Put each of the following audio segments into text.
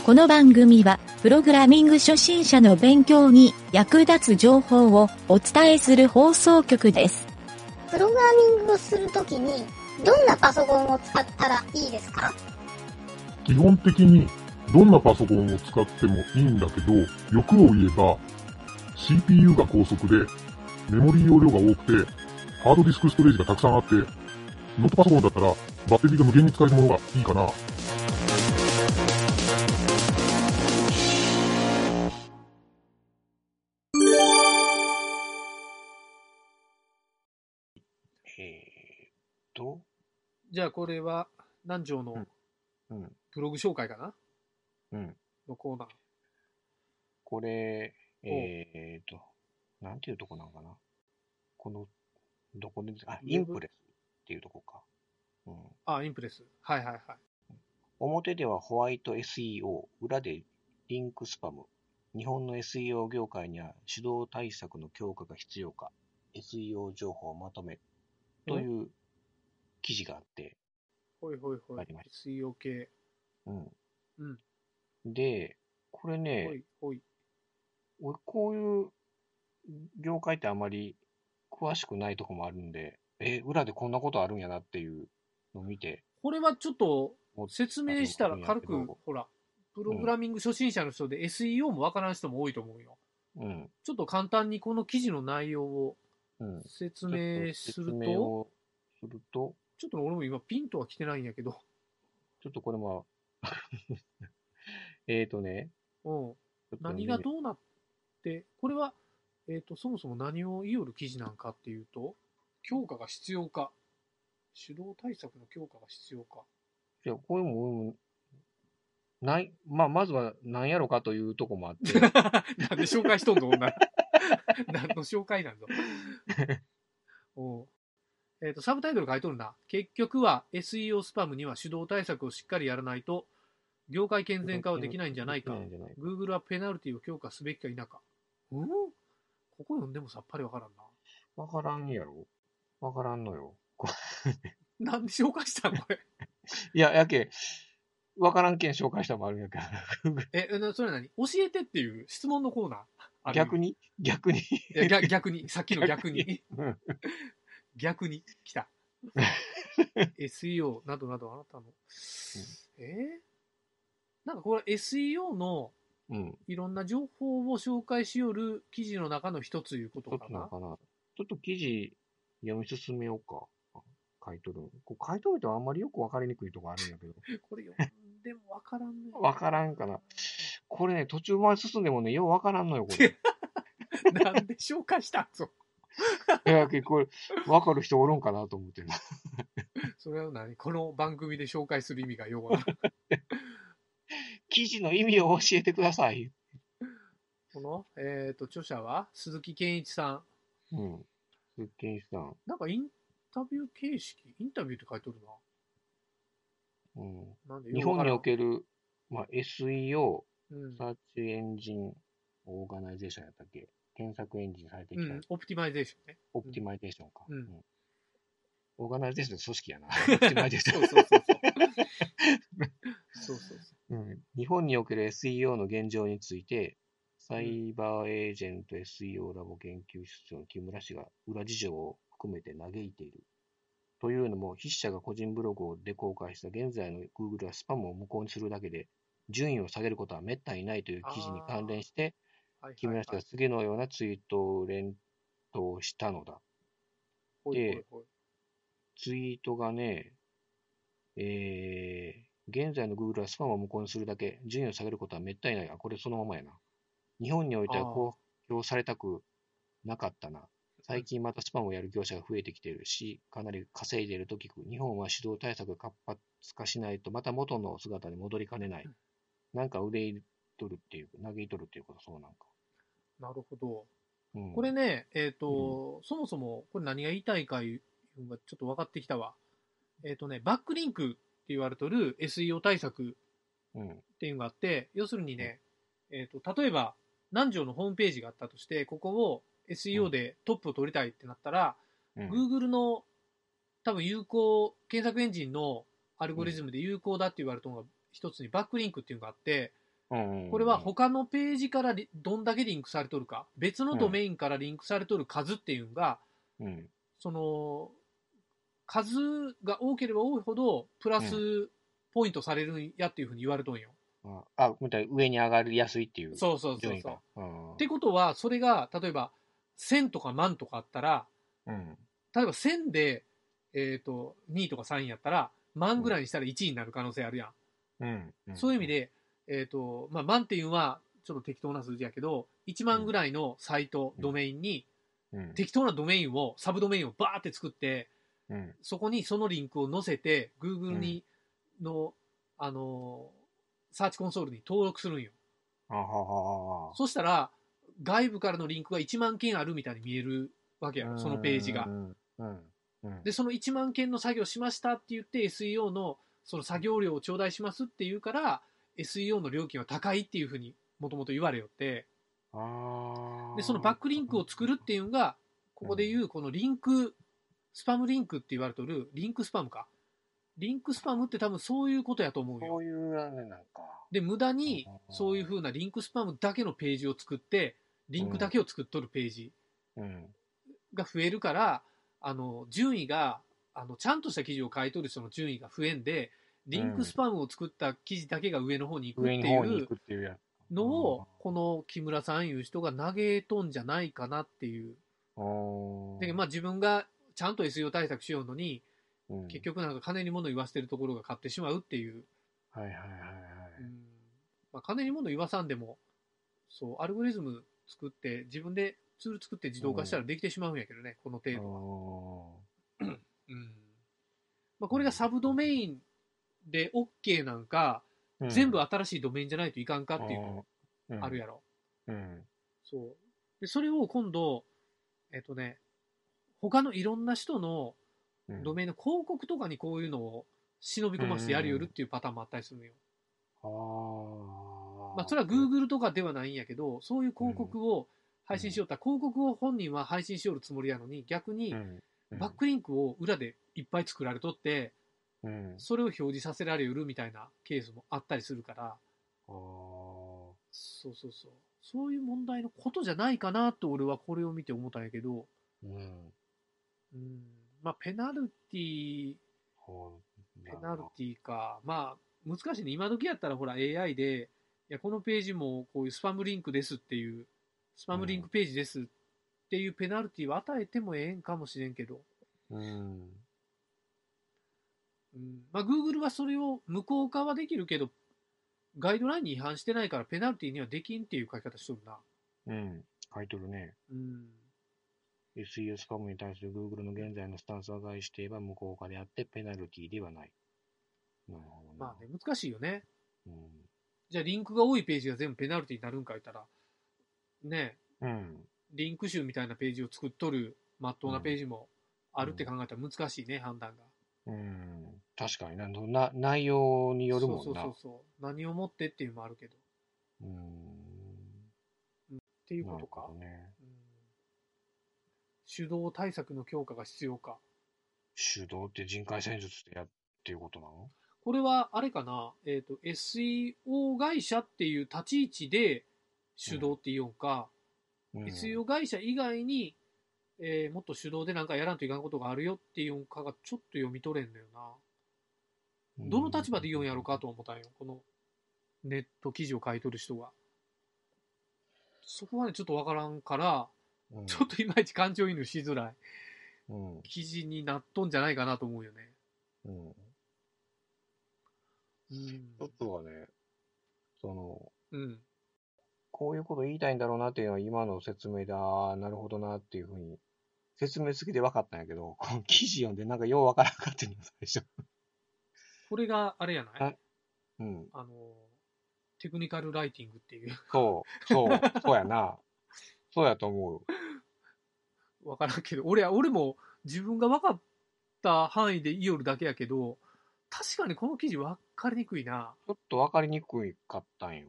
この番組は、プログラミング初心者の勉強に役立つ情報をお伝えする放送局です。 プログラミングをするときに、どんなパソコンを使ったらいいですか？ 基本的に、どんなパソコンを使ってもいいんだけど、欲を言えば、CPU が高速で、メモリー容量が多くて、ハードディスクストレージがたくさんあって、ノートパソコンだったら、バッテリーが無限に使えるものがいいかな。 じゃあこれは南條のブログ紹介かな、のコーナー。 これ、なんていうとこなのかな、この、どこで、インプレスっていうとこか。 インプレス。はいはいはい。 表ではホワイト SEO、裏でリンクスパム。日本の SEO 業界には指導対策の強化が必要か。SEO 情報をまとめ。という記事があって。 ほいほいほい。SEO 系。 で、これね、俺こういう業界ってあまり詳しくないとこもあるんで、裏でこんなことあるんやなっていうのを見て。 これはちょっと説明したら軽く、ほら、プログラミング初心者の人で SEO もわからん人も多いと思うよ。ちょっと簡単にこの記事の内容を説明すると、ちょっと俺も今ピンとは来てないんやけど。 ちょっとこれも、 何がどうなって、これは、そもそも何を言いよる記事なんかっていうと、強化が必要か。指導対策の強化が必要か。 いや、これも、まずは何やろかというとこもあって。 なんで紹介しとんの女。何の紹介なんぞ。サブタイトル書いとるな。結局は SEO スパムには手動対策をしっかりやらないと、業界健全化はできないんじゃないか。Google はペナルティを強化すべきか否か。ここ読んでもさっぱりわからんな。 わからんやろ？わからんのよ。 なんで紹介したのこれ。 いや、やけ、わからんけん紹介したもあるんやけど。それ何？教えてっていう質問のコーナー。 逆にいや逆に。さっきの逆に。逆に来た。SEO などなどあなたの。なんかこれ SEO のいろんな情報を紹介しよる記事の中の一ついうことかな。 ちょっと記事読み進めようか。書いとるとあんまりよくわかりにくいとこあるんやけど。 これ読んでもわからんね。 わからんかな。これね、途中まで進んでもね、ようわからんのよ、これ。 なんで紹介したんぞ。 いや、結構、わかる人おるんかなと思ってる。 それは何？この番組で紹介する意味がようわからん。 記事の意味を教えてください。 この、著者は鈴木健一さん。 鈴木健一さん。 なんかインタビュー形式？インタビューって書いてるな。日本における、SEO、サーチエンジンオーガナイゼーションやったっけ？検索エンジン最適化。 オプティマイゼーションね。 オプティマイゼーションか。オーガナイゼーションの組織やな。オプティマイゼーション。日本における SEO の現状について、サイバーエージェント SEO ラボ研究室長の木村氏が裏事情を含めて嘆いている。というのも、筆者が個人ブログで公開した現在の Google はスパムを無効にするだけで、順位を下げることは滅多にないという記事に関連して、木村氏は次のようなツイートを連投したのだ。で、ツイートがね、現在の Google はスパムを無効にするだけ、順位を下げることは滅多にない。これそのままやな。日本においては公表されたくなかったな。最近またスパムをやる業者が増えてきているし、かなり稼いでいると聞く。日本は指導対策が活発化しないと、また元の姿に戻りかねない。なんか憂いとるっていう、嘆いとるっていうことそうなんか。 なるほど。これね、そもそも、これ何が言いたいかいうのがちょっと分かってきたわ。バックリンクって言われとる SEO 対策っていうのがあって、要するにね、例えば、南條のホームページがあったとして、ここを SEO でトップを取りたいってなったら、Google の多分有効、検索エンジンのアルゴリズムで有効だって言われたのが一つにバックリンクっていうのがあって、 これは他のページからどんだけリンクされとるか、別のドメインからリンクされとる数っていうのが、その、数が多ければ多いほど、プラスポイントされるんやっていうふうに言われとんよ。 みたい上に上がりやすいっていう。 そう。ってことは、それが、例えば、1000とか万とかあったら、例えば1000で、2位とか3位やったら、万ぐらいにしたら1位になる可能性あるやん。そういう意味で、万っていうのは、ちょっと適当な数字やけど、1万ぐらいのサイト、ドメインに、適当なドメインを、サブドメインをバーって作って、そこにそのリンクを載せて、Google の、サーチコンソールに登録するんよ。そしたら、外部からのリンクが1万件あるみたいに見えるわけやろ、そのページが。で、その1万件の作業しましたって言って SEO のその作業量を頂戴しますって言うから、SEO の料金は高いっていうふうにもともと言われよって、で、そのバックリンクを作るっていうのが、ここで言うこのリンク、スパムリンクって言われとる、リンクスパムか。リンクスパムって多分そういうことやと思うよ。 そういうあれなんか。 で、無駄にそういう風なリンクスパムだけのページを作って、リンクだけを作っとるページが増えるから、順位が、ちゃんとした記事を書いとる人の順位が増えんで、リンクスパムを作った記事だけが上の方に行くっていうのを、この木村さんいう人が投げとんじゃないかなっていう。で、まあ自分がちゃんと SEO 対策しようのに、結局なんか金に物言わせてるところが買ってしまうっていう。まあ、金に物言わさんでも、そう、アルゴリズム作って、自分でツール作って自動化したらできてしまうんやけどね、この程度は。まあ、これがサブドメインで OK なんか、全部新しいドメインじゃないといかんかっていうのあるやろ。そう。で、それを今度、他のいろんな人のドメインの広告とかにこういうのを忍び込ませてやりよるっていうパターンもあったりするのよ。まあ、それは Google とかではないんやけど、そういう広告を配信しよったら、広告を本人は配信しよるつもりやのに、逆にバックリンクを裏でいっぱい作られとって、それを表示させられるみたいなケースもあったりするから、そういう問題のことじゃないかなと俺はこれを見て思ったんやけど、まあペナルティか、まあ難しいね。今時やったらほら AI で、いやこのページもこういうスパムリンクですっていう、スパムリンクページですっていうペナルティは与えてもええんかもしれんけど、まあ Google はそれを無効化はできるけど、ガイドラインに違反してないからペナルティにはできんっていう書き方しとるな。 書いとるね。SEO スパムに対する Google の現在のスタンスは外して言えば無効化であってペナルティではない。 なるほど。まあね、難しいよね。じゃあリンクが多いページが全部ペナルティになるんか言ったら、ね、リンク集みたいなページを作っとる真っ当なページもあるって考えたら難しいね、判断が。 確かにな。内容によるもんな。 何をもってっていうのもあるけど。っていうことか。手動対策の強化が必要か。 手動って人海戦術ってっていうことなの？ これはあれかな、SEO 会社っていう立ち位置で手動って言おうか、SEO 会社以外に、もっと手動でなんかやらんといかんことがあるよっていうのかがちょっと読み取れんのよな。どの立場で言うんやろうかと思ったんよ、このネット記事を書いとる人が。そこまでちょっとわからんから、ちょっといまいち感情移入しづらい、記事になっとんじゃないかなと思うよね。 ちょっとはね、こういうこと言いたいんだろうなっていうのは今の説明で、なるほどなっていうふうに、説明付きで分かったんやけど、この記事読んでなんかよう分からんかってんの最初。 これがあれやない？テクニカルライティングっていう。 そうやな。そうやと思う。 分からんけど、俺も自分が分かった範囲で言いよるだけやけど、確かにこの記事分かりにくいな。 ちょっと分かりにくかったんよ。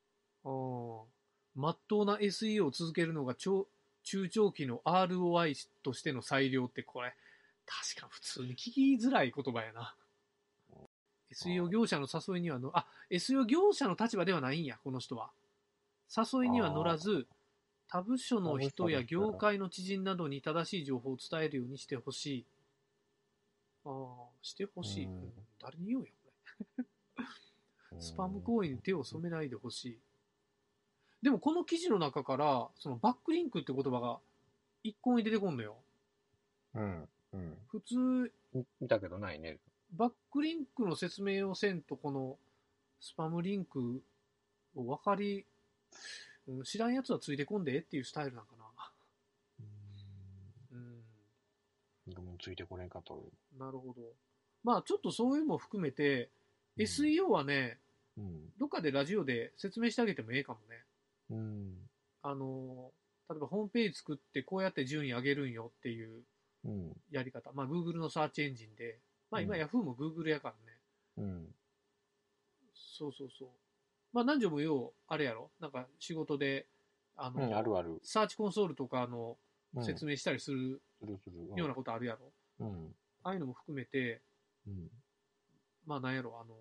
まっとうな SEO を続けるのが中長期の ROI としての裁量ってこれ、確か普通に聞きづらい言葉やな。 SEO 業者の誘いにはSEO 業者の立場ではないんや、この人は。誘いには乗らず、他部署の人や業界の知人などに正しい情報を伝えるようにしてほしい。してほしい。誰に言うんや、これ。スパム行為に手を染めないでほしい。でもこの記事の中から、そのバックリンクって言葉が一個に出てこんのよ。普通、 見たけどないね。 バックリンクの説明をせんと、このスパムリンクを分かり、知らんやつはついてこんでっていうスタイルなんかな。 ついてこれんかと。 なるほど。まあちょっとそういうのも含めて、SEO はね、どっかでラジオで説明してあげてもええかもね。例えばホームページ作ってこうやって順位上げるんよっていうやり方。Google のサーチエンジンで。今 Yahoo も Google やからね。そう。何条もよう、あれやろなんか仕事で、 あるある。 サーチコンソールとかの説明したりするようなことあるやろああいうのも含めて、なんやろ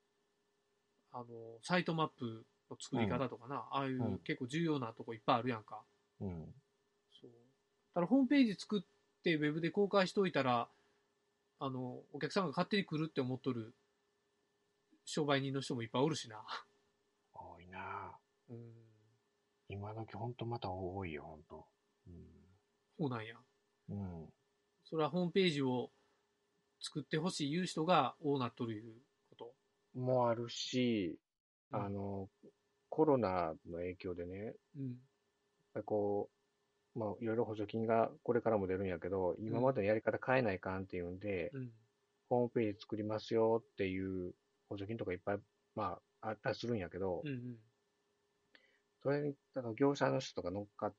サイトマップの作り方とかな、ああいう結構重要なとこいっぱいあるやんか。そう。ただホームページ作ってウェブで公開しといたら、お客さんが勝手に来るって思っとる商売人の人もいっぱいおるしな。 多いな今時ほんとまた多いよ、ほんと。 そうなんや。それはホームページを作ってほしい言う人が多なっとるいうこともあるし、コロナの影響でね、いろいろ補助金がこれからも出るんやけど、今までのやり方変えないかんっていうんで、ホームページ作りますよっていう補助金とかいっぱい、あったりするんやけど、それに、業者の人とか乗っかって、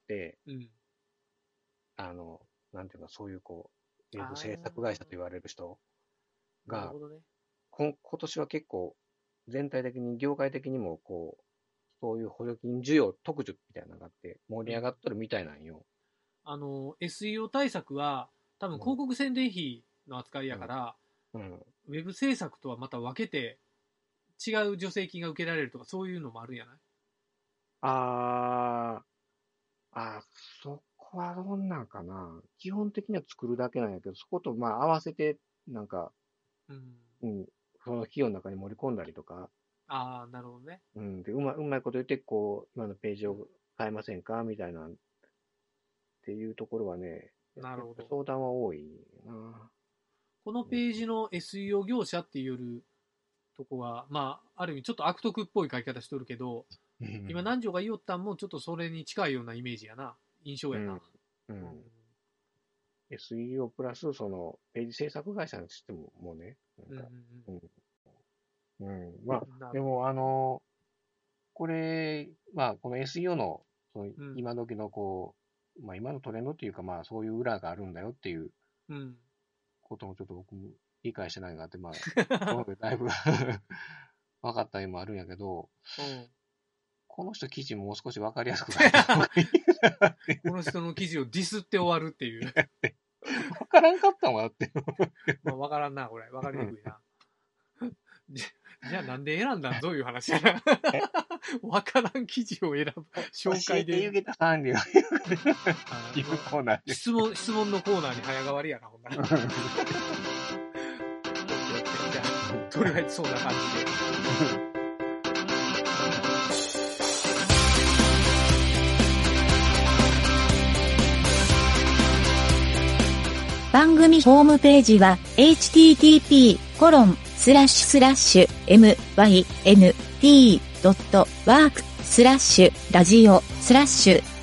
なんていうか、そういうウェブ制作会社と言われる人が、今年は結構、全体的に、業界的にも、そういう補助金需要特需みたいなのがあって、盛り上がっとるみたいなんよ。 SEO 対策は、多分広告宣伝費の扱いやから、ウェブ制作とはまた分けて、違う助成金が受けられるとか、そういうのもあるんやない？ そこはどんなんかな。基本的には作るだけなんやけど、そこと合わせて、なんか、その費用の中に盛り込んだりとか。 なるほどね。 で、うまいこと言って、今のページを変えませんかみたいな、っていうところはね、 なるほど。 相談は多いな。 このページの SEO 業者っていうとこは、ある意味ちょっと悪徳っぽい書き方しとるけど、今南條が言おったんもちょっとそれに近いようなイメージやな。印象やな。 SEO プラス、その、ページ制作会社にしても、もうね、でも、これ、この SEO の、今時の今のトレンドっていうか、そういう裏があるんだよっていうこともちょっと僕も理解してないのがあって、だいぶ分かった絵もあるんやけど、この人記事もう少し分かりやすくなった方がいい。 この人の記事をディスって終わるっていう。 分からんかったもんだって。 分からんな、これ。分かりにくいな。じゃあなんで選んだんどういう話やな。分からん記事を選ぶ。紹介で。 ゆげたさんに聞くコーナーで。 質問のコーナーに早変わりやな、ほんなら。じゃあ、とりあえずそんな感じで。 番組ホームページは http://myn.t.work/ラジオ/